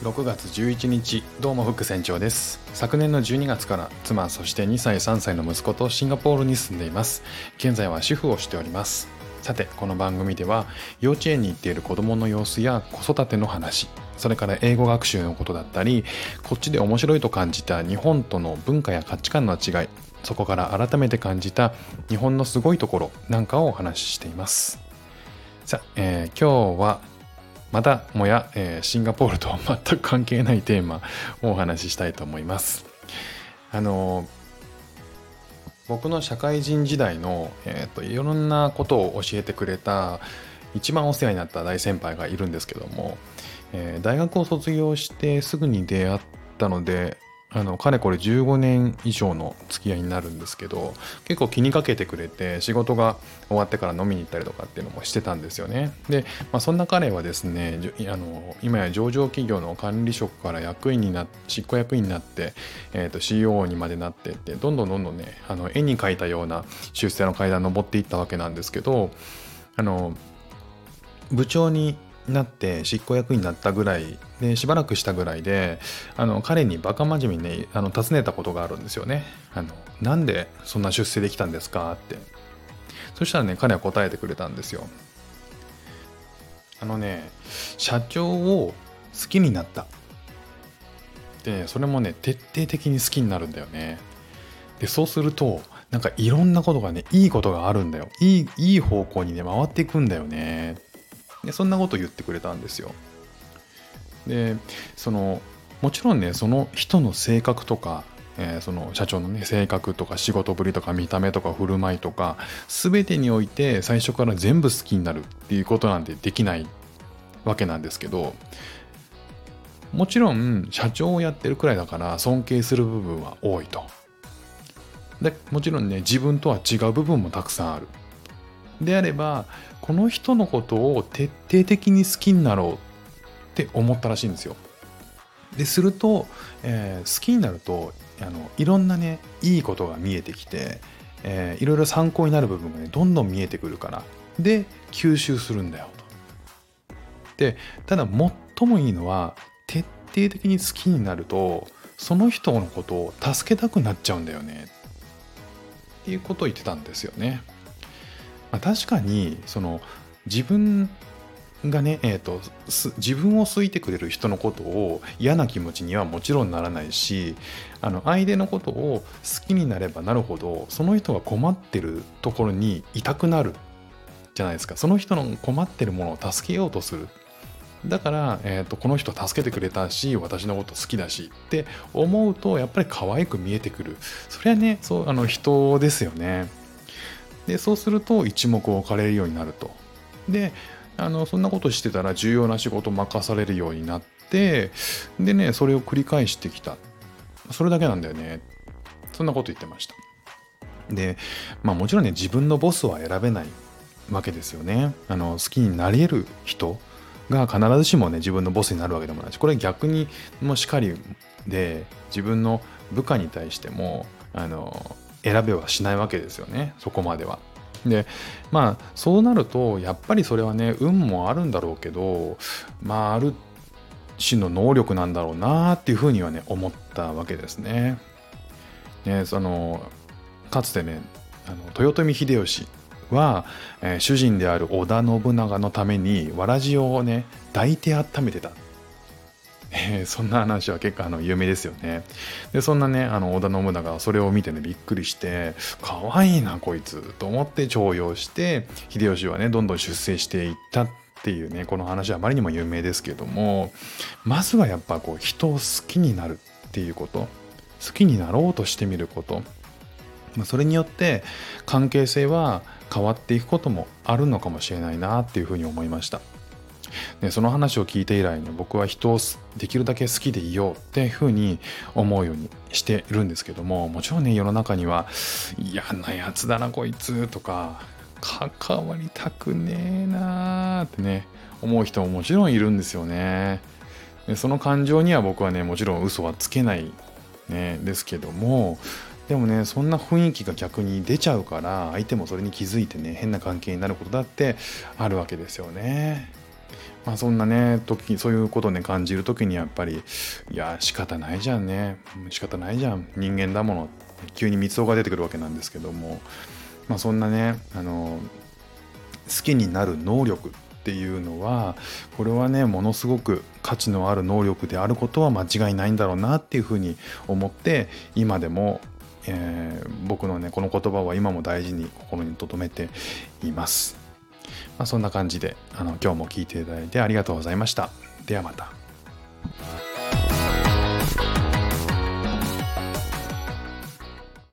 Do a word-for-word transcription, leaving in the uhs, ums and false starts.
ろくがつじゅういちにち、どうもフック船長です。昨年のじゅうにがつから妻、そしてにさいさんさいの息子とシンガポールに住んでいます。現在は主婦をしております。さて、この番組では幼稚園に行っている子供の様子や子育ての話、それから英語学習のことだったり、こっちで面白いと感じた日本との文化や価値観の違い、そこから改めて感じた日本のすごいところなんかをお話ししています。さあ、えー、今日はまたもや、えー、シンガポールと全く関係ないテーマをお話ししたいと思います。あのー、僕の社会人時代の、えーと、いろんなことを教えてくれた一番お世話になった大先輩がいるんですけども、えー、大学を卒業してすぐに出会ったので、あのかれこれじゅうごねん以上の付き合いになるんですけど、結構気にかけてくれて、仕事が終わってから飲みに行ったりとかっていうのもしてたんですよね。で、まあ、そんな彼はですね、あの今や上場企業の管理職から役員になって執行役員になって、えー、と シーイーオー にまでなっていって、どんどんどんどんね、あの絵に描いたような出世の階段を登っていったわけなんですけど、あの部長になって執行役員になったぐらいで、しばらくしたぐらいで、あの彼にバカ真面目にね、あの尋ねたことがあるんですよね。あのなんでそんな出世できたんですかって。そしたらね、彼は答えてくれたんですよ。あのね、社長を好きになった。で、それもね、徹底的に好きになるんだよね。で、そうするとなんかいろんなことがね、いいことがあるんだよ。いいいい方向にね、回っていくんだよね。で、そんなこと言ってくれたんですよ。で、そのもちろんね、その人の性格とか、えーその社長のね、性格とか仕事ぶりとか見た目とか振る舞いとか、全てにおいて最初から全部好きになるっていうことなんてできないわけなんですけど、もちろん社長をやってるくらいだから尊敬する部分は多いと。で、もちろんね、自分とは違う部分もたくさんある。であれば、この人のことを徹底的に好きになろうって思ったらしいんですよ。ですると、えー好きになると、あのいろんなね、いいことが見えてきて、えーいろいろ参考になる部分がね、どんどん見えてくるから、で吸収するんだよと。で、ただ最もいいのは、徹底的に好きになると、その人のことを助けたくなっちゃうんだよねっていうことを言ってたんですよね。まあ、確かにその自分がね、えーと、す自分を好いてくれる人のことを嫌な気持ちにはもちろんならないし、あの相手のことを好きになればなるほど、その人が困ってるところにいたくなるじゃないですか。その人の困ってるものを助けようとする。だから、えーと、この人助けてくれたし、私のこと好きだしって思うと、やっぱり可愛く見えてくる。それはね、そうあの人ですよね。で、そうすると一目置かれるようになると。で、あのそんなことしてたら重要な仕事を任されるようになって、でね、それを繰り返してきた。それだけなんだよね。そんなこと言ってました。で、まあもちろんね、自分のボスは選べないわけですよね。あの好きになれる人が必ずしもね、自分のボスになるわけでもないし、これ逆にもしかりで、自分の部下に対してもあの選べはしないわけですよね、そこまでは。で、まあそうなると、やっぱりそれはね、運もあるんだろうけど、まあある種の能力なんだろうなっていうふうにはね、思ったわけですね。ね、そのかつてね、あの豊臣秀吉は、えー主人である織田信長のためにわらじをね、抱いて温めてた。えーそんな話は結構あの有名ですよね。で、そんなね、あの織田信長はそれを見てね、びっくりして、可愛いなこいつと思って重用して、秀吉はね、どんどん出世していったっていうね、この話はあまりにも有名ですけども、まずはやっぱこう人を好きになるっていうこと、好きになろうとしてみること、まあそれによって関係性は変わっていくこともあるのかもしれないなっていうふうに思いました。で、その話を聞いて以来ね、僕は人をできるだけ好きでいようっていうふうに思うようにしているんですけども、もちろんね、世の中には嫌なやつだなこいつとか、関わりたくねえなーってね、思う人ももちろんいるんですよね。で、その感情には僕はね、もちろん嘘はつけないねですけども、でもね、そんな雰囲気が逆に出ちゃうから、相手もそれに気づいてね、変な関係になることだってあるわけですよね。 まあそんなね時、そういうことをね感じる時にやっぱり、いや仕方ないじゃんね、仕方ないじゃん、人間だもの、急に蜜相が出てくるわけなんですけども、まあそんなね、あの好きになる能力っていうのは、これはねものすごく価値のある能力であることは間違いないんだろうなっていうふうに思って、今でも、えー僕のねこの言葉は今も大事に心に留めています。まあ、そんな感じであの今日も聞いていただいてありがとうございました。ではまた。